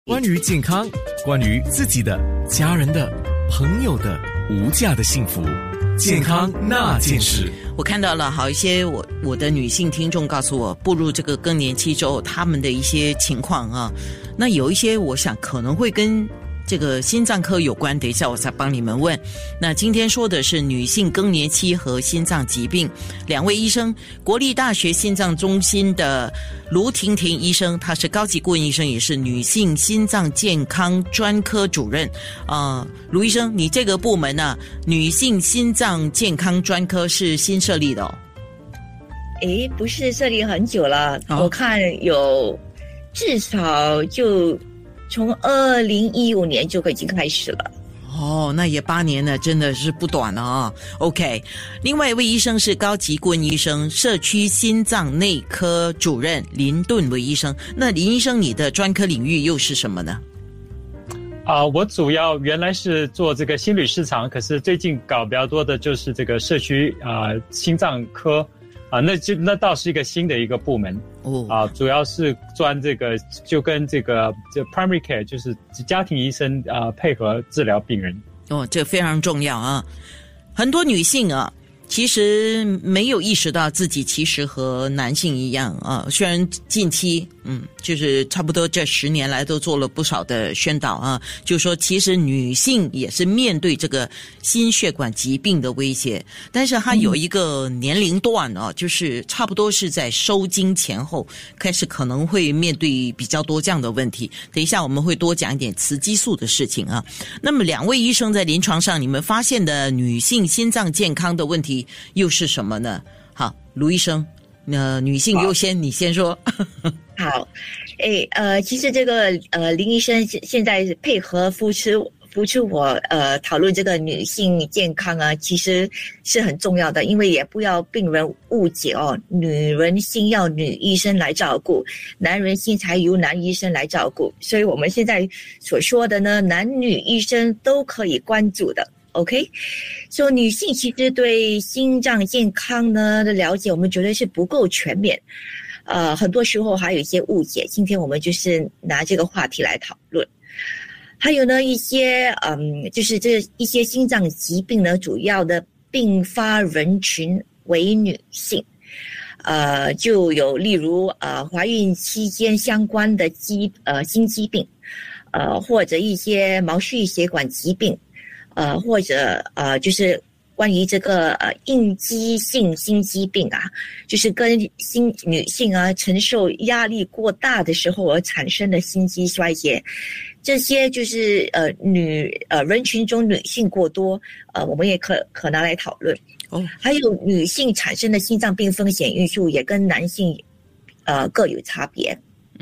关于健康，关于自己的、家人的、朋友的无价的幸福，健康那件事。 我看到了好一些我的女性听众告诉我，步入这个更年期之后，他们的一些情况啊，那有一些我想可能会跟这个心脏科有关，等一下我再帮你们问。那今天说的是女性更年期和心脏疾病，两位医生，国立大学心脏中心的卢婷婷医生，她是高级顾问医生，也是女性心脏健康专科主任。卢医生，你这个部门呢，女性心脏健康专科是新设立的哦？ 不是设立很久了，我看有至少就从2015年就已经开始了。 那也8年了，真的是不短了啊。OK， 另外一位医生是高级顾问医生，社区心脏内科主任林顿维医生。那林医生，你的专科领域又是什么呢？ 我主要原来是做这个心律失常，可是最近搞比较多的就是这个社区心脏科。那倒是一个新的一个部门主要是专这个就跟这 primary care 就是家庭医生配合治疗病人。 这非常重要啊！很多女性啊，其实没有意识到自己其实和男性一样啊。虽然近期就是差不多这10年来都做了不少的宣导啊，就是说其实女性也是面对这个心血管疾病的威胁，但是它有一个年龄段就是差不多是在收经前后开始可能会面对比较多这样的问题。等一下我们会多讲一点雌激素的事情啊。那么两位医生在临床上你们发现的女性心脏健康的问题又是什么呢？好，卢医生，女性优先，你先说。 好，其实这个林医生现在配合扶持我讨论这个女性健康啊，其实是很重要的，因为也不要病人误解女人心要女医生来照顾，男人心才由男医生来照顾，所以我们现在所说的呢，男女医生都可以关注的。OK， 所以女性其实对心脏健康呢的了解，我们觉得是不够全面，很多时候还有一些误解。今天我们就是拿这个话题来讨论。还有呢，一些就是这一些心脏疾病呢，主要的并发人群为女性，就有例如怀孕期间相关的心肌病，或者一些毛细血管疾病。或者就是关于这个应激性心肌病啊，就是跟女性啊承受压力过大的时候而产生的心肌衰竭，这些就是人群中女性过多，我们也可拿来讨论。还有女性产生的心脏病风险因素也跟男性各有差别。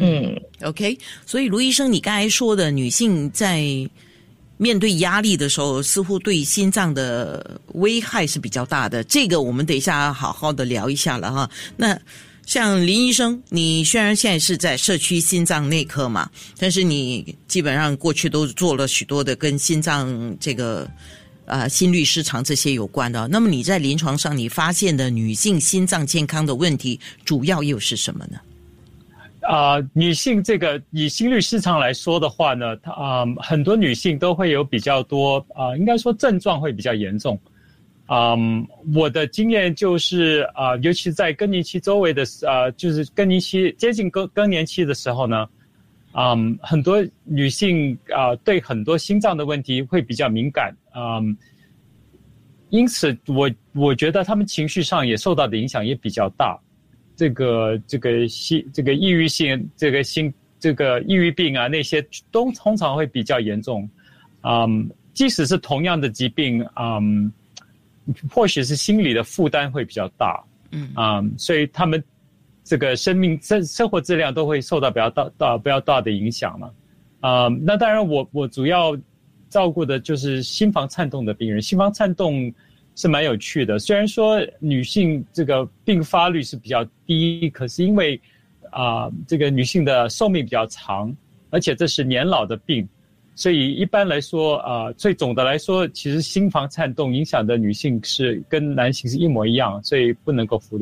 OK， 所以卢医生，你刚才说的女性在面对压力的时候，似乎对心脏的危害是比较大的，这个我们等一下好好的聊一下了哈。那像林医生，你虽然现在是在社区心脏内科嘛，但是你基本上过去都做了许多的跟心脏这个心律失常这些有关的。那么你在临床上你发现的女性心脏健康的问题主要又是什么呢？ 女性这个以心律失常来说的话呢，很多女性都会有比较多应该说症状会比较严重。我的经验就是尤其在更年期周围的就是更年期接近更年期的时候呢，很多女性对很多心脏的问题会比较敏感，因此我觉得她们情绪上也受到的影响也比较大。这个抑郁性这个抑郁病啊，那些都通常会比较严重。即使是同样的疾病，或许是心理的负担会比较大。所以他们这个生活质量都会受到比较大的影响了。那当然我主要照顾的就是心房颤动的病人。心房颤动是蛮有趣的，虽然说女性这个并发率是比较低，可是因为这个女性的寿命比较长，而且这是年老的病，所以一般来说最总的来说，其实心房颤动影响的女性是跟男性是一模一样，所以不能够忽略。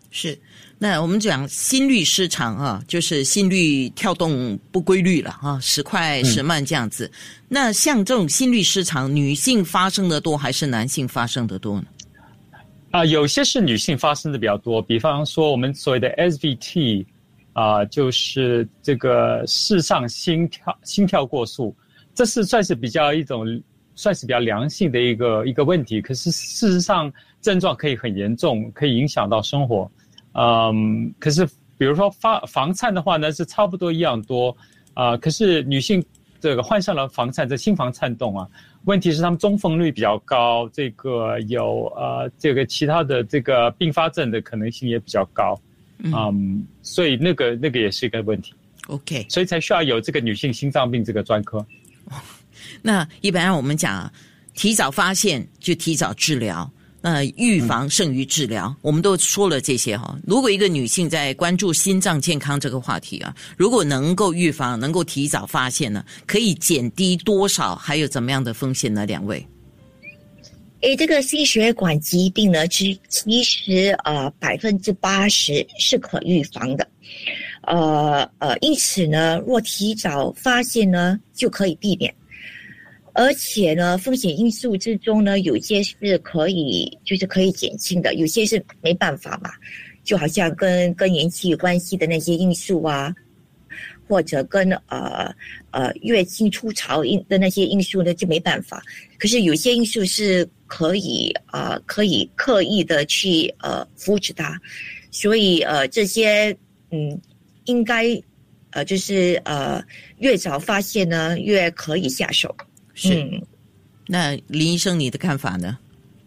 是。那我们讲心律失常啊，就是心律跳动不规律了啊，时快时慢这样子。那像这种心律失常，女性发生的多还是男性发生的多呢？ 有些是女性发生的比较多，比方说我们所谓的 SVT 就是这个室上心跳过速，这是算是比较良性的一个问题，可是事实上症状可以很严重，可以影响到生活。可是比如说房颤的话呢是差不多一样多，可是女性这个患上了房颤，这心房颤动啊，问题是她们中风率比较高，这个有这个其他的这个并发症的可能性也比较高，所以那个也是一个问题。 OK， 所以才需要有这个女性心脏病这个专科。 那一般我们讲提早发现就提早治疗。那预防胜于治疗，我们都说了这些哈。如果一个女性在关注心脏健康这个话题啊，如果能够预防，能够提早发现呢，可以减低多少？还有怎么样的风险呢？两位？ 这个心血管疾病呢，其实80%是可预防的。因此呢，若提早发现呢，就可以避免。而且呢，风险因素之中呢，有些是可以减轻的，有些是没办法嘛，就好像跟年期有关系的那些因素啊，或者跟月经初潮的那些因素呢，就没办法。可是有些因素是可以刻意的去扶持它，所以这些应该就是越早发现呢，越可以下手。 是，那林医生，你的看法呢？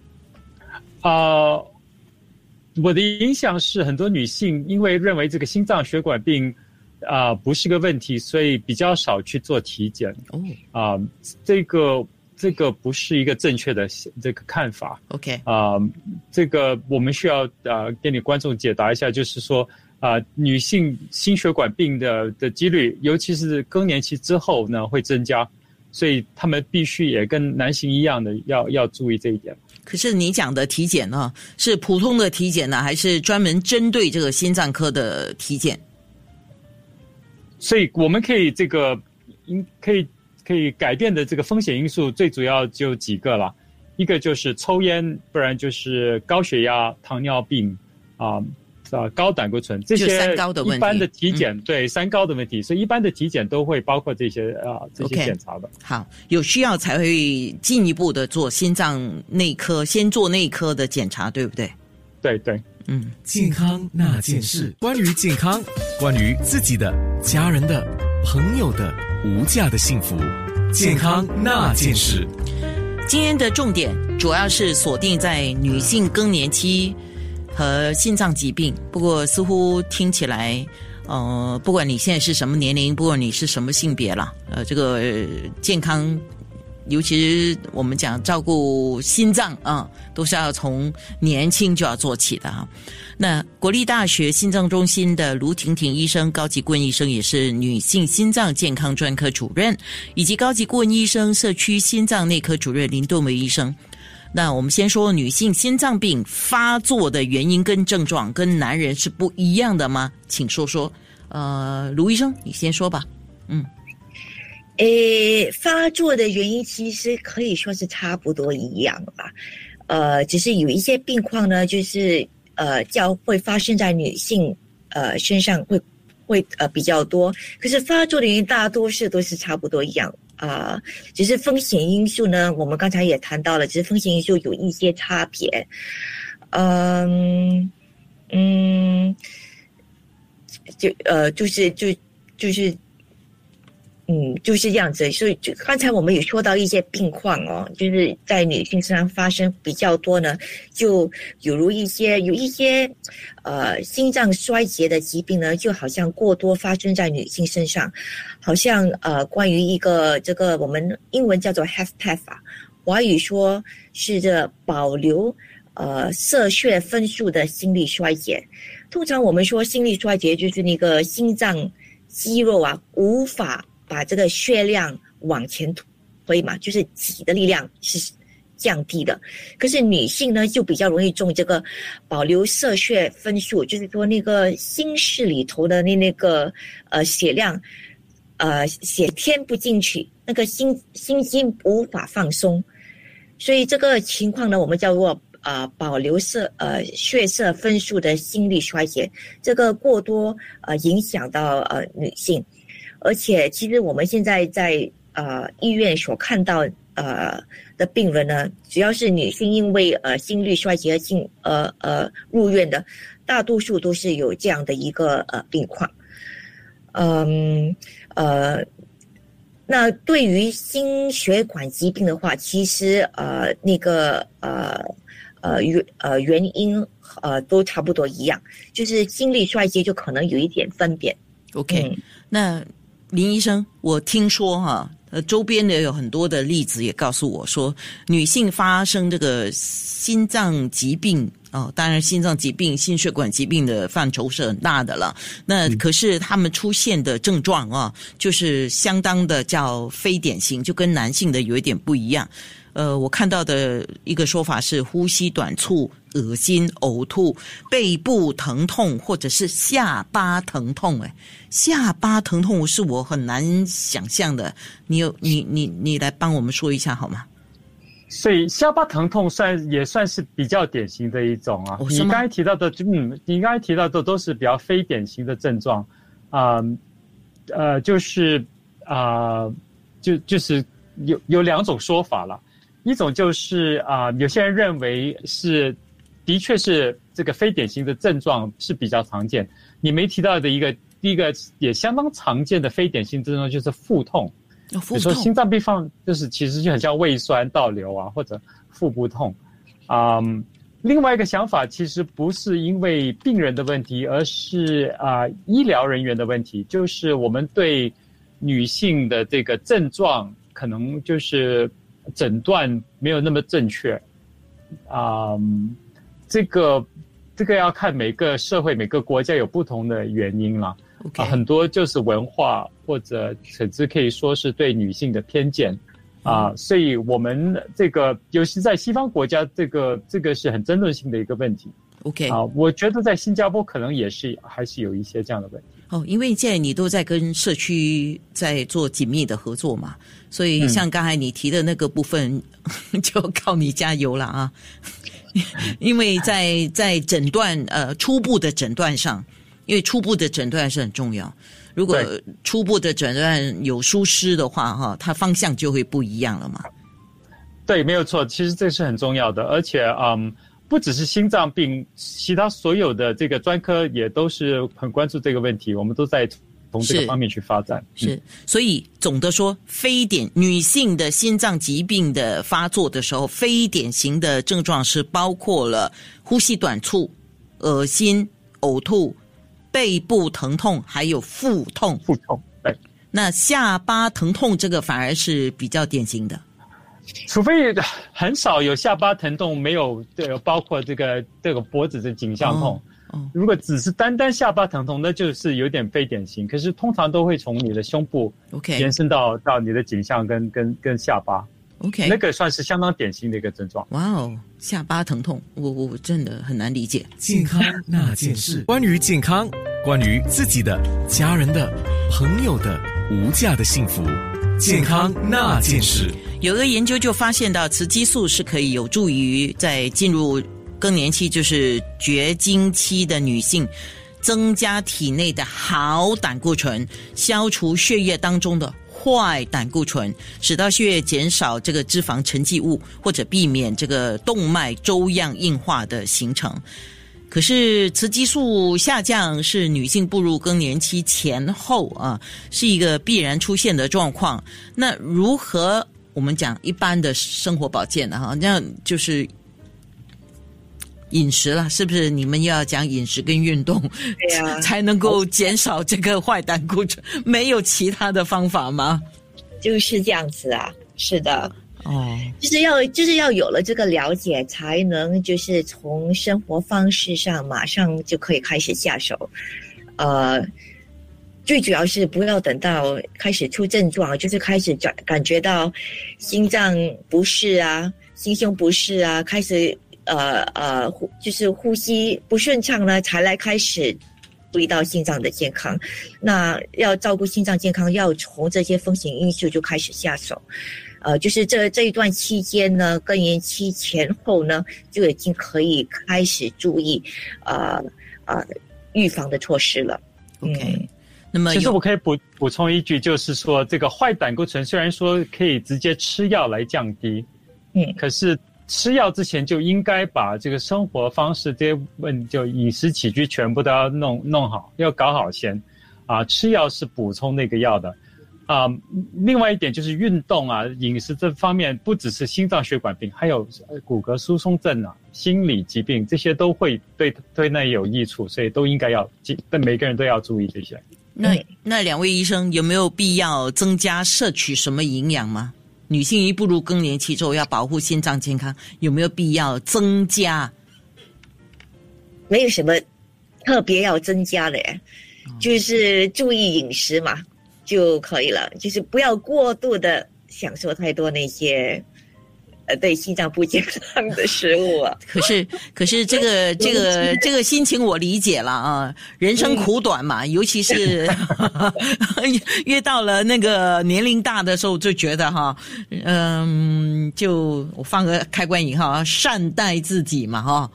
我的影响是很多女性因为认为这个心脏血管病不是个问题，所以比较少去做体检。这个不是一个正确的这个看法。 OK， 这个我们需要给你观众解答一下，就是说女性心血管病的几率，尤其是更年期之后呢，会增加。所以他们必须也跟男性一样的要注意这一点。 可是你讲的体检呢，是普通的体检呢，还是专门针对这个心脏科的体检？ 所以我们可以可以改变的这个风险因素，最主要就几个了。一个就是抽烟，不然就是高血压、糖尿病高胆固醇，这些一般的体检，对三高的问题，所以一般的体检都会包括这些检查的。 好，有需要才会进一步的做心脏内科，先做内科的检查，对不对？ 对对， 健康那件事，关于健康，关于自己的、家人的、朋友的无价的幸福，健康那件事。 今天的重点主要是锁定在女性更年期和心脏疾病，不过似乎听起来，不管你现在是什么年龄，不管你是什么性别啦，这个健康，尤其是我们讲照顾心脏都是要从年轻就要做起的哈。那国立大学心脏中心的卢婷婷医生，高级顾问医生，也是女性心脏健康专科主任，以及高级顾问医生、社区心脏内科主任林顿维医生。那我们先说女性心脏病发作的原因跟症状跟男人是不一样的吗？请说说。卢医生，你先说吧。 发作的原因其实可以说是差不多一样吧。只是有一些病况呢，就是会发生在女性身上会比较多，可是发作的原因大多数都是差不多一样。只是风险因素呢，我们刚才也谈到了，只是风险因素有一些差别。就是这样子。所以刚才我们也说到一些病况就是在女性身上发生比较多呢，就有一些心脏衰竭的疾病呢，就好像过多发生在女性身上，好像关于一个这个我们英文叫做 HFpEF 华语说是这保留射血分数的心力衰竭。通常我们说心力衰竭就是那个心脏肌肉无法把这个血量往前推嘛，就是挤的力量是降低的。可是女性呢，就比较容易中这个保留射血分数，就是说那个心室里头的那个血量，血填不进去，那个心肌无法放松，所以这个情况呢，我们叫做保留血色分数的心力衰竭，这个过多影响到女性。而且其实我们现在在医院所看到的病人呢，只要是女性因为心律衰竭入院的，大多数都是有这样的一个病况。那对于心血管疾病的话，其实原因都差不多一样，就是心力衰竭就可能有一点分别。 OK，那林医生，我听说周边的有很多的例子也告诉我说，女性发生这个心脏疾病当然心脏疾病、心血管疾病的范畴是很大的了。那可是他们出现的症状就是相当的叫非典型，就跟男性的有一点不一样。我看到的一个说法是呼吸短促、恶心、呕吐、背部疼痛或者是下巴疼痛。下巴疼痛是我很难想象的，你来帮我们说一下好吗？ 所以下巴疼痛也算是比较典型的一种你刚才提到的都是比较非典型的症状就是就是有两种说法了。一种就是有些人认为的确是这个非典型的症状是比较常见。你没提到的第一个也相当常见的非典型症状就是腹痛。比如说心脏病就是其实就很像胃酸倒流或者腹部痛。另外一个想法其实不是因为病人的问题，而是医疗人员的问题，就是我们对女性的这个症状可能就是诊断没有那么正确。这个要看每个社会每个国家有不同的原因了。很多就是文化或者甚至可以说是对女性的偏见所以我们这个尤其在西方国家这个是很争论性的一个问题。 OK 我觉得在新加坡可能还是有一些这样的问题。 因为现在你都在跟社区在做紧密的合作嘛，所以像刚才你提的那个部分就靠你加油了啊。因为在诊断初步的诊断上，因为初步的诊断是很重要，如果初步的诊断有疏失的话它方向就会不一样了嘛。 对，没有错，其实这是很重要的。而且不只是心脏病，其他所有的这个专科也都是很关注这个问题，我们都在从这个方面去发展。 是所以总的说，女性的心脏疾病的发作的时候，非典型的症状是包括了呼吸短促、恶心、呕吐、背部疼痛还有腹痛。 对。 那下巴疼痛这个反而是比较典型的， 除非很少有下巴疼痛没有包括这个脖子的颈项痛。如果只是单单下巴疼痛，那就是有点非典型。可是通常都会从你的胸部延伸到你的颈项跟下巴。 OK， 那个算是相当典型的一个症状。 哇下巴疼痛，我真的很难理解。 健康那件事，关于健康，关于自己的、家人的、朋友的无价的幸福。健康那件事， 有个研究就发现到，雌激素是可以有助于在进入更年期，就是绝经期的女性，增加体内的好胆固醇，消除血液当中的坏胆固醇，使到血液减少这个脂肪沉积物，或者避免这个动脉粥样硬化的形成。可是雌激素下降是女性步入更年期前后是一个必然出现的状况。那如何我们讲一般的生活保健那样就是饮食了，是不是？你们又要讲饮食跟运动， 对啊， 才能够减少这个坏胆固醇？没有其他的方法吗？ 就是这样子啊，是的。就是要有了这个了解，才能就是从生活方式上马上就可以开始下手。最主要是不要等到开始出症状，就是开始感觉到心脏不适心胸不适啊，开始就是呼吸不顺畅呢，才来开始注意到心脏的健康。那要照顾心脏健康，要从这些风险因素就开始下手。就是这一段期间呢，更年期前后呢，就已经可以开始注意预防的措施了。 OK，那么其实我可以补充一句，就是说这个坏胆固醇虽然说可以直接吃药来降低，可是吃药之前就应该把这个生活方式这些就饮食起居全部都要弄好，要搞好先吃药是补充那个药的。另外一点就是运动饮食这方面不只是心脏血管病，还有骨骼疏松症心理疾病，这些都会对那有益处，所以都应该要，每个人都要注意这些。 那两位医生有没有必要增加摄取什么营养吗？女性一步入更年期之后要保护心脏健康，有没有必要增加？ 没有什么特别要增加的耶，就是注意饮食嘛就可以了，就是不要过度的享受太多那些对心脏不健康的食物啊。 可是这个心情我理解了人生苦短嘛，尤其是越到了那个年龄大的时候，就觉得就我放个开关引号善待自己嘛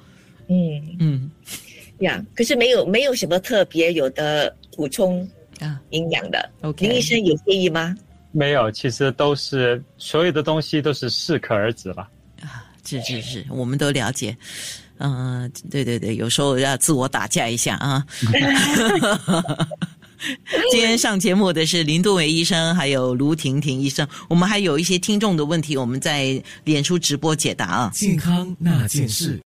可是没有什么特别有的补充营养的。林医生有建议吗？ 没有，其实都是所有的东西都是适可而止吧。 是，我们都了解。对，有时候要自我打架一下今天上节目的是林度伟医生还有卢婷婷医生，我们还有一些听众的问题，我们在脸书直播解答健康那件事。